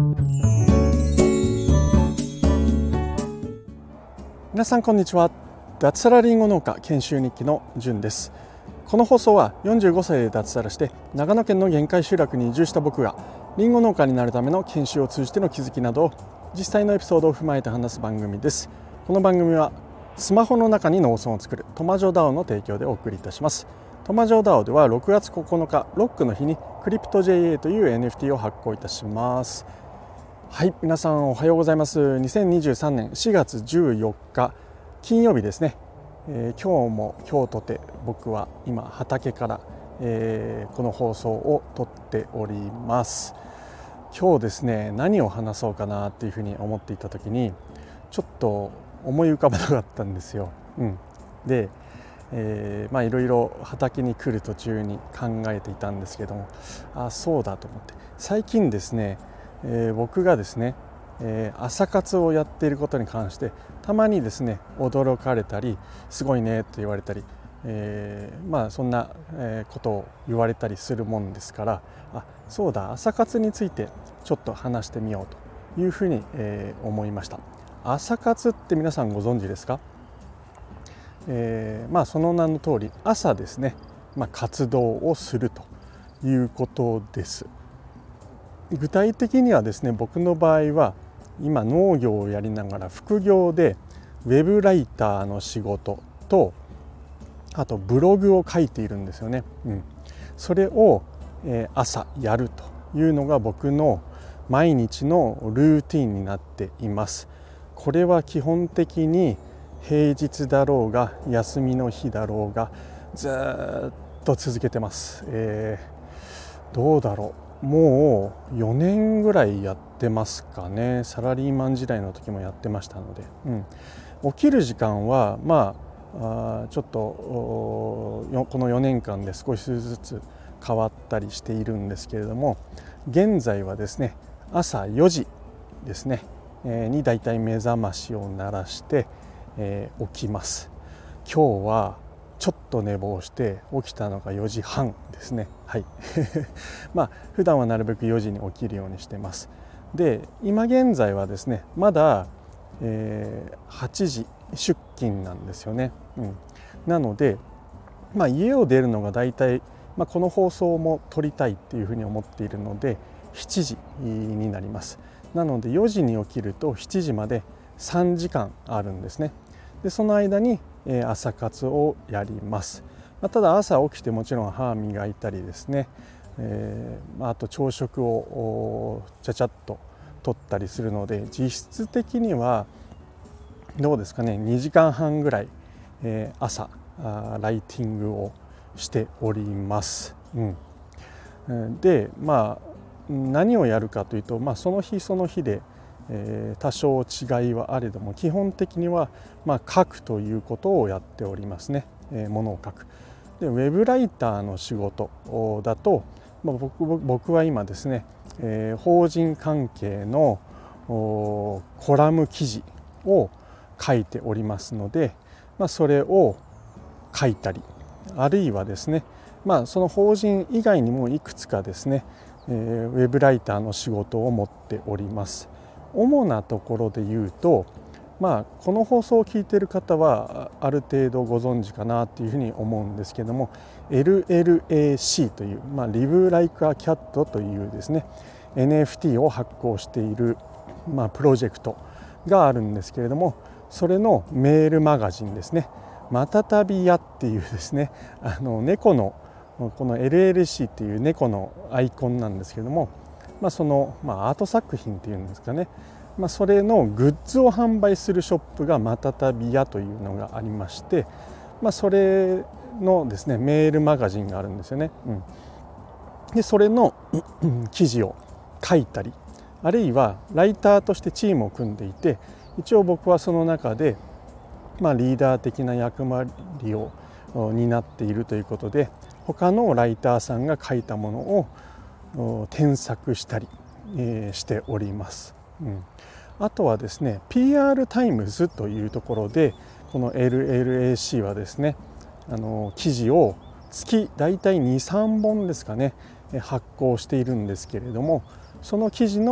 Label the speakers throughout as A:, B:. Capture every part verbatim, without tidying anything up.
A: 皆さんこんにちは。脱サラリンゴ農家研修日記のじゅんです。この放送はよんじゅうごさいで脱サラして長野県の限界集落に移住した僕がリンゴ農家になるための研修を通じての気づきなどを実際のエピソードを踏まえて話す番組です。この番組はスマホの中に農村を作るトマジョダオの提供でお送りいたします。トマジョダオではろくがつここのかロックの日にクリプト ジェイエー という エヌエフティー を発行いたします。はい、皆さんおはようございます。にせんにじゅうさんねんしがつじゅうよっか金曜日ですね。えー、今日も今日とて僕は今畑から、えー、この放送を撮っております。今日ですね、何を話そうかなっていうふうに思っていた時にちょっと思い浮かばなかったんですよ。うん、で、えー、まあいろいろ畑に来る途中に考えていたんですけども、あ、そうだと思って最近ですね、えー、僕がですね、えー、朝活をやっていることに関してたまにですね驚かれたりすごいねと言われたり、えー、まあそんなことを言われたりするもんですから、あ、そうだ、朝活についてちょっと話してみようというふうに、えー、思いました。朝活って皆さんご存知ですか？えー、まあその名の通り朝ですね、まあ、活動をするということです。具体的にはですね、僕の場合は今農業をやりながら副業でウェブライターの仕事と、あとブログを書いているんですよね。うん、それを、えー、朝やるというのが僕の毎日のルーティンになっています。これは基本的に平日だろうが休みの日だろうがずっと続けてます。えー、どうだろう、もうよねんぐらいやってますかね。サラリーマン時代の時もやってましたので、うん、起きる時間はまあ、あちょっとこのよねんかんで少しずつ変わったりしているんですけれども、現在はですね朝よじですね、えー、にだいたい目覚ましを鳴らして、えー、起きます。今日はちょっと寝坊して起きたのがよじはんですね。はいまあ普段はなるべくよじに起きるようにしてます。で、今現在はですねまだ、えー、はちじ出勤なんですよね。うん、なので、まあ、家を出るのがだいたい、まあ、この放送も撮りたいっていうふうに思っているのでしちじになります。なのでよじに起きるとしちじまでさんじかんあるんですね。でその間に朝活をやります。ただ朝起きてもちろん歯磨いたりですね、えー、あと朝食をちゃちゃっと取ったりするので、実質的にはどうですかね、にじかんはんぐらい、えー、朝ライティングをしております。うん、でまあ何をやるかというと、まあ、その日その日でえー、多少違いはあれども基本的には、まあ、書くということをやっておりますね。えー、ものを書く。でウェブライターの仕事だと、まあ、僕, 僕は今ですね、えー、法人関係のコラム記事を書いておりますので、まあ、それを書いたり、あるいはですね、まあ、その法人以外にもいくつかですね、えー、ウェブライターの仕事を持っております。主なところで言うと、まあ、この放送を聞いている方はある程度ご存知かなというふうに思うんですけども、 エルエルエーシー という、まあ、Live Like a Cat というですね エヌエフティー を発行している、まあ、プロジェクトがあるんですけれども、それのメールマガジンですね、またたびやっていうですね、あの猫のこの エルエルシー っていう猫のアイコンなんですけれども、まあ、その、まあ、アート作品っていうんですかね、まあ、それのグッズを販売するショップがまたたびやというのがありまして、まあ、それのですねメールマガジンがあるんですよね。うん、でそれの記事を書いたり、あるいはライターとしてチームを組んでいて、一応僕はその中で、まあ、リーダー的な役割を担っているということで、他のライターさんが書いたものを添削したり、えー、しております。うん、あとはですね ピーアール タイムズというところで、この エルエルエーシー はですね、あの記事を月だいたいにさんぼんですかね発行しているんですけれども、その記事の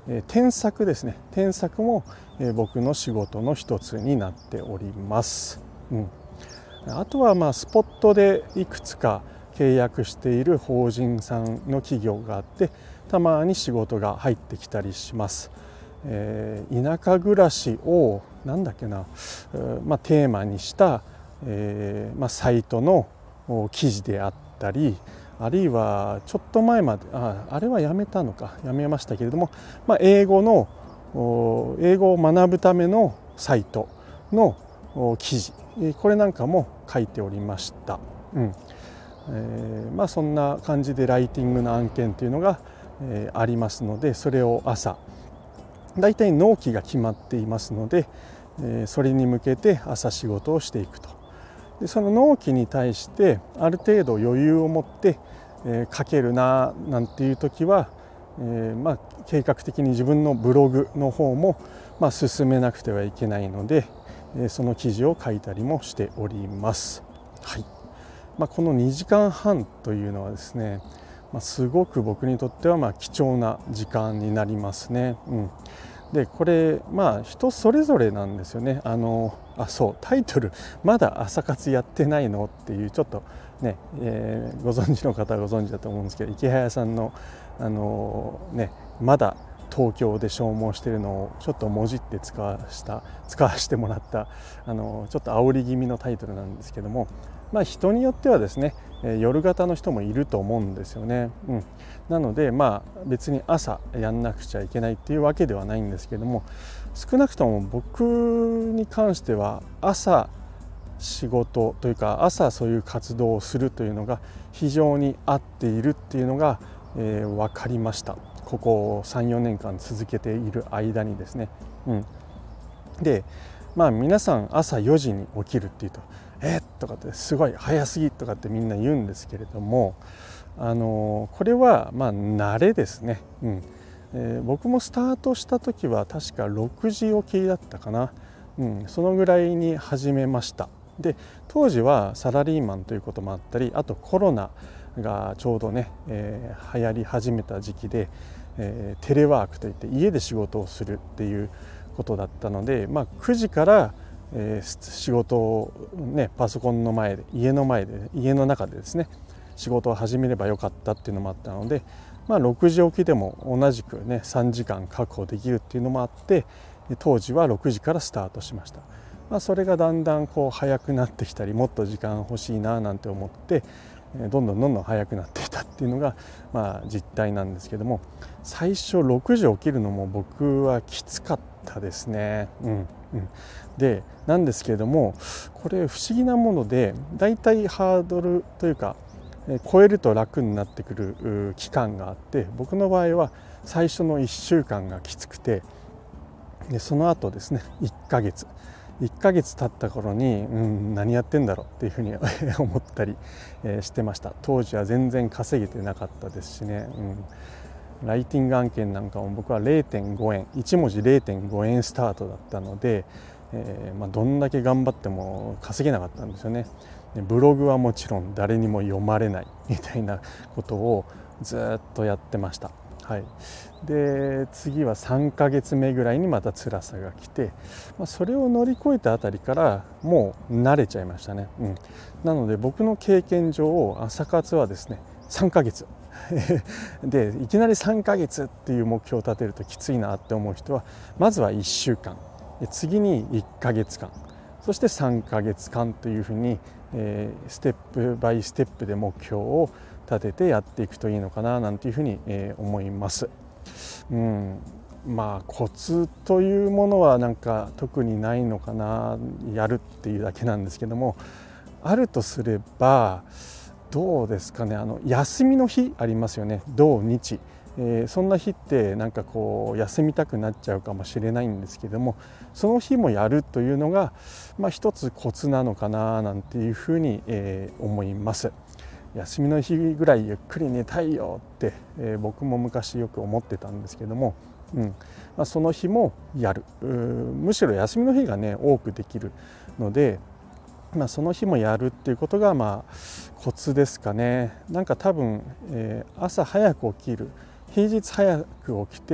A: えー、添削ですね。添削も、えー、僕の仕事の一つになっております。うん、あとはまあスポットでいくつか契約している法人さんの企業があって、たまに仕事が入ってきたりします。えー、田舎暮らしをなんだっけな、まあ、テーマにした、えーまあ、サイトの記事であったり、あるいはちょっと前まで あ, あれはやめたのかやめましたけれども、まあ、英語の英語を学ぶためのサイトの記事、これなんかも書いておりました。うんえーまあ、そんな感じでライティングの案件というのが、えー、ありますので、それを朝だいたい納期が決まっていますので、えー、それに向けて朝仕事をしていくと。でその納期に対してある程度余裕を持って、えー、書けるななんていう時は、えーまあ、計画的に自分のブログの方も、まあ、進めなくてはいけないので、えー、その記事を書いたりもしております。はいまあ、このにじかんはんというのはですね、まあ、すごく僕にとってはまあ貴重な時間になりますね。うんでこれまあ人それぞれなんですよね。あのあそうタイトルまだ朝活やってないのっていうちょっとね、えー、ご存知の方はご存知だと思うんですけど、池早さんのあのねまだ東京で消耗しているのをちょっともじって使わした使わせてもらったあのちょっと煽り気味のタイトルなんですけども、まあ人によってはですね夜型の人もいると思うんですよね。うん、なのでまあ別に朝やんなくちゃいけないっていうわけではないんですけども、少なくとも僕に関しては朝仕事というか朝そういう活動をするというのが非常に合っているっていうのが、えー、分かりました。ここ さん,よ 年間続けている間にですね。うん、でまあ皆さん朝よじに起きるっていうとえっとかってすごい早すぎとかってみんな言うんですけれども、あのこれはまあ慣れですね。うんえー、僕もスタートした時は確かろくじ起きだったかな。うん、そのぐらいに始めました。で当時はサラリーマンということもあったり、あとコロナがちょうどね、えー、流行り始めた時期で、えー、テレワークといって家で仕事をするっていうことだったので、まあ、くじから、えー、仕事を、ね、パソコンの前で家の前で家の中でですね仕事を始めればよかったっていうのもあったので、まあ、ろくじ起きでも同じくねさんじかん確保できるっていうのもあって、当時はろくじからスタートしました。まあ、それがだんだんこう早くなってきたり、もっと時間欲しいななんて思ってどんどんどんどん早くなっていたっていうのがまあ実態なんですけども、最初ろくじ起きるのも僕はきつかったですね。うんうん、でなんですけれども、これ不思議なものでだいたいハードルというか超えると楽になってくる期間があって、僕の場合は最初のいっしゅうかんがきつくて、でその後ですねいっかげついっかげつ経った頃に、うん、何やってんだろうっていうふうに思ったりしてました。当時は全然稼げてなかったですしね、うん、ライティング案件なんかも僕は れいてんご 円いち文字 れいてんご 円スタートだったので、えーまあ、どんだけ頑張っても稼げなかったんですよね。でブログはもちろん誰にも読まれないみたいなことをずっとやってました。はい、で次はさんかげつめぐらいにまた辛さが来て、まあ、それを乗り越えたあたりからもう慣れちゃいましたね。うん、なので僕の経験上朝活はですねさんかげつでいきなりさんかげつっていう目標を立てるときついなって思う人はまずはいっしゅうかん、次にいっかげつかん、そしてさんかげつかんというふうに、えー、ステップバイステップで目標を立ててやっていくといいのかななんていうふうに、えー、思います。うん、まあコツというものはなんか特にないのかな、やるっていうだけなんですけども、あるとすればどうですかね、あの休みの日ありますよね、土日、えー、そんな日ってなんかこう休みたくなっちゃうかもしれないんですけども、その日もやるというのが、まあ、一つコツなのかななんていうふうに、えー、思います。休みの日ぐらいゆっくり寝たいよって、えー、僕も昔よく思ってたんですけども、うんまあ、その日もやる、むしろ休みの日がね多くできるので、まあ、その日もやるっていうことがまあコツですかね。なんか多分、えー、朝早く起きる、平日早く起きて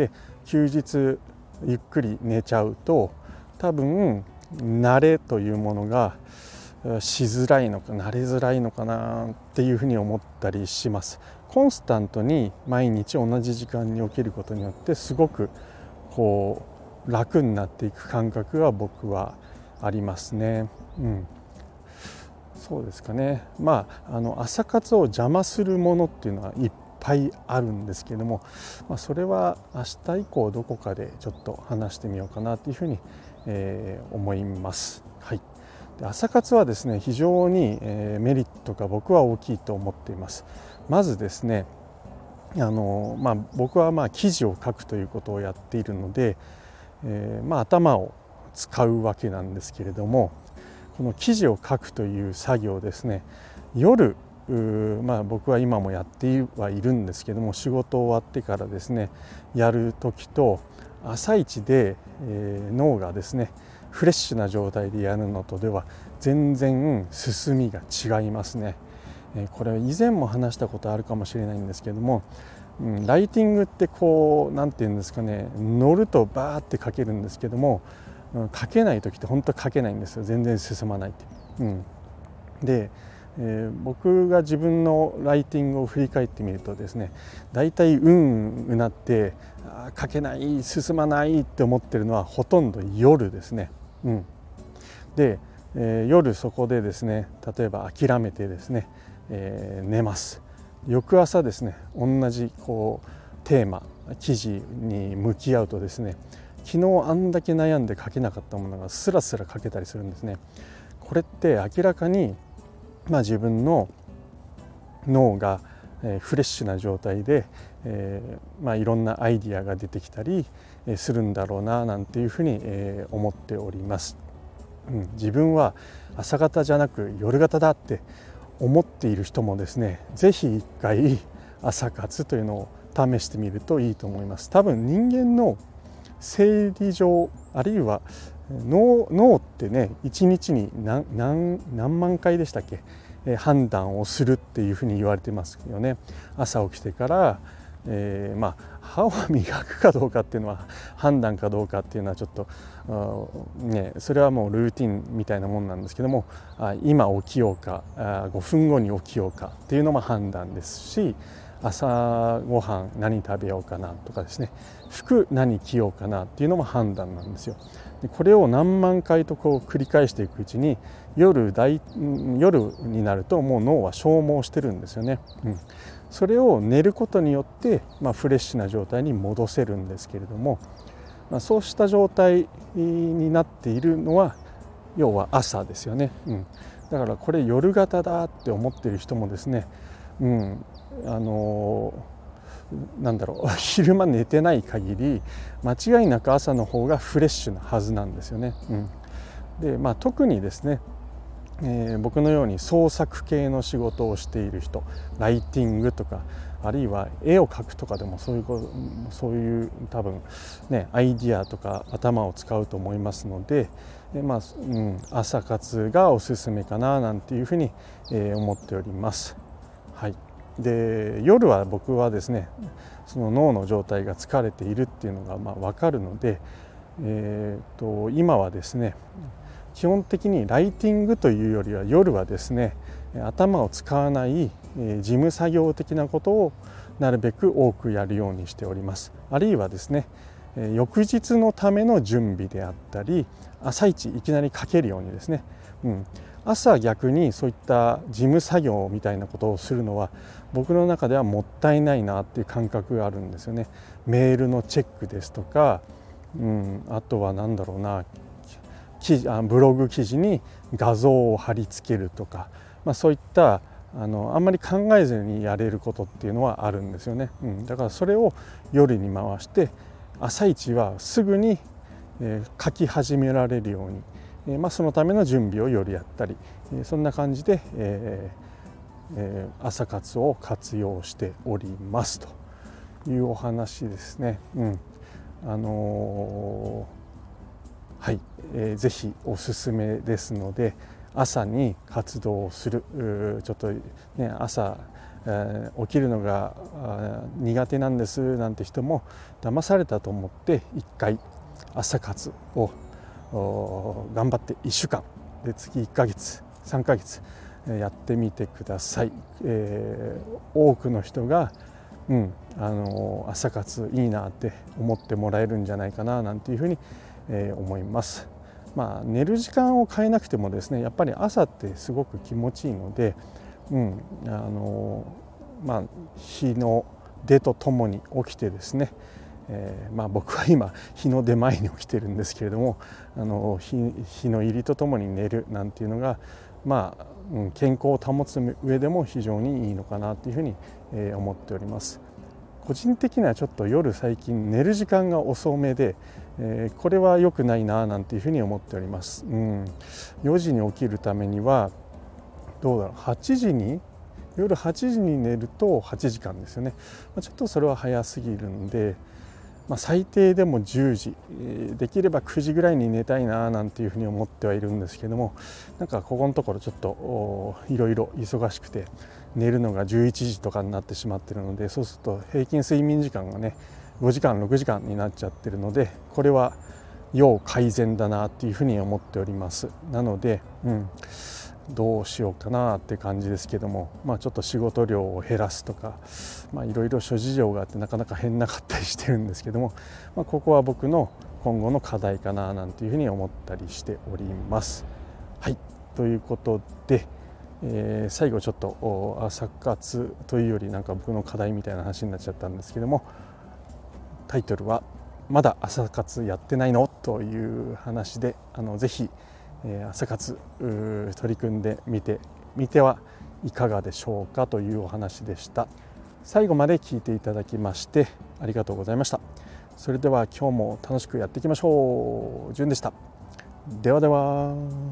A: 休日ゆっくり寝ちゃうと多分慣れというものがしづらいのか慣れづらいのかなっていうふうに思ったりします。コンスタントに毎日同じ時間に起きることによってすごくこう楽になっていく感覚が僕はありますね。うん、そうですかね。まあ、あの朝活を邪魔するものっていうのはいっぱいあるんですけれども、まあ、それは明日以降どこかでちょっと話してみようかなというふうに、えー、思います。はい。で、朝活はですね非常に、えー、メリットが僕は大きいと思っています。まずですねあの、まあ、僕はまあ記事を書くということをやっているので、えーまあ、頭を使うわけなんですけれども、この記事を書くという作業ですね、夜まあ、僕は今もやってはいるんですけども、仕事終わってからですねやる時と朝一で、えー、脳がですねフレッシュな状態でやるのとでは全然進みが違いますね。えー、これは以前も話したことあるかもしれないんですけども、うん、ライティングってこうなんていうんですかね、乗るとバーって書けるんですけども、うん、書けない時って本当書けないんですよ。全然進まないって、うん、でえー、僕が自分のライティングを振り返ってみるとですね、だいたいうんうなってあ書けない進まないって思ってるのはほとんど夜ですね。うん、で、えー、夜そこでですね例えば諦めてですね、えー、寝ます。翌朝ですね同じこうテーマ記事に向き合うとですね、昨日あんだけ悩んで書けなかったものがスラスラ書けたりするんですね。これって明らかにまあ、自分の脳がフレッシュな状態で、えーまあ、いろんなアイディアが出てきたりするんだろうななんていうふうに思っております。うん、自分は朝方じゃなく夜型だって思っている人もですね、ぜひ一回朝活というのを試してみるといいと思います。多分人間の生理上あるいは脳, 脳ってねいちにちに 何, 何, 何万回でしたっけ、えー、判断をするっていうふうに言われてますよね。朝起きてから、えー、まあ歯を磨くかどうかっていうのは判断かどうかっていうのはちょっと、ね、それはもうルーティンみたいなもんなんですけども、あ今起きようかあごふんごに起きようかっていうのも判断ですし、朝ごはん何食べようかなとかですね、服何着ようかなっていうのも判断なんですよ。でこれを何万回とこう繰り返していくうちに 夜, 大夜になるともう脳は消耗してるんですよね。うん、それを寝ることによって、まあ、フレッシュな状態に戻せるんですけれども、まあ、そうした状態になっているのは要は朝ですよね。うん、だからこれ夜型だって思っている人もですね、うん、あのなんだろう昼間寝てない限り間違いなく朝の方がフレッシュなはずなんですよね。うん、で、まあ、特にですね、えー、僕のように創作系の仕事をしている人、ライティングとかあるいは絵を描くとかでもそういうそういう多分ねアイディアとか頭を使うと思いますので、で、まあうん、朝活がおすすめかななんていうふうに、えー、思っております。はい。で夜は僕はですねその脳の状態が疲れているっていうのがまあ分かるので、えー、と今はですね基本的にライティングというよりは夜はですね頭を使わない事務作業的なことをなるべく多くやるようにしております。あるいはですね翌日のための準備であったり、朝一いきなり書けるようにですね、うん、朝逆にそういった事務作業みたいなことをするのは僕の中ではもったいないなっていう感覚があるんですよね。メールのチェックですとか、うん、あとは何だろうなブログ記事に画像を貼り付けるとか、まあ、そういったあのあんまり考えずにやれることっていうのはあるんですよね。うん、だからそれを夜に回して朝一はすぐに、えー、書き始められるように、えーまあ、そのための準備を夜やったり、えー、そんな感じで、えーえー、朝活を活用しておりますというお話ですね。うん、あのー、はい、えー、ぜひおすすめですので朝に活動をする、ちょっとね朝えー、起きるのが苦手なんですなんて人も騙されたと思っていっかい朝活を頑張っていっしゅうかんで月いっかげつさんかげつやってみてください。えー、多くの人が、うん、あの朝活いいなって思ってもらえるんじゃないかななんていうふうに、えー、思います。まあ、寝る時間を変えなくてもですね、やっぱり朝ってすごく気持ちいいので、うん、あのまあ、日の出とともに起きてですね、えーまあ、僕は今日の出前に起きてるんですけれども、あの 日, 日の入りとともに寝るなんていうのが、まあうん、健康を保つ上でも非常にいいのかなというふうに、えー、思っております。個人的にはちょっと夜最近寝る時間が遅めで、えー、これは良くないななんていうふうに思っております。うん、よじに起きるためにはどうだろう、はちじに夜はちじに寝るとはちじかんですよね。ちょっとそれは早すぎるんで、まあ、最低でもじゅうじ、できればくじぐらいに寝たいななんていうふうに思ってはいるんですけども、なんかここのところちょっといろいろ忙しくて寝るのがじゅういちじとかになってしまっているので、そうすると平均睡眠時間がねごじかんろくじかんになっちゃってるので、これは要改善だなっていうふうに思っております。なので、うんどうしようかなって感じですけども、まあ、ちょっと仕事量を減らすとか、まあ、いろいろ諸事情があってなかなか変なかったりしてるんですけども、まあ、ここは僕の今後の課題かななんていうふうに思ったりしております。はい、ということで、えー、最後ちょっと朝活というよりなんか僕の課題みたいな話になっちゃったんですけども、タイトルはまだ朝活やってないのという話で、あのぜひ朝活取り組んでみてみてはいかがでしょうかというお話でした。最後まで聞いていただきましてありがとうございました。それでは今日も楽しくやっていきましょう。じゅんでした。ではでは。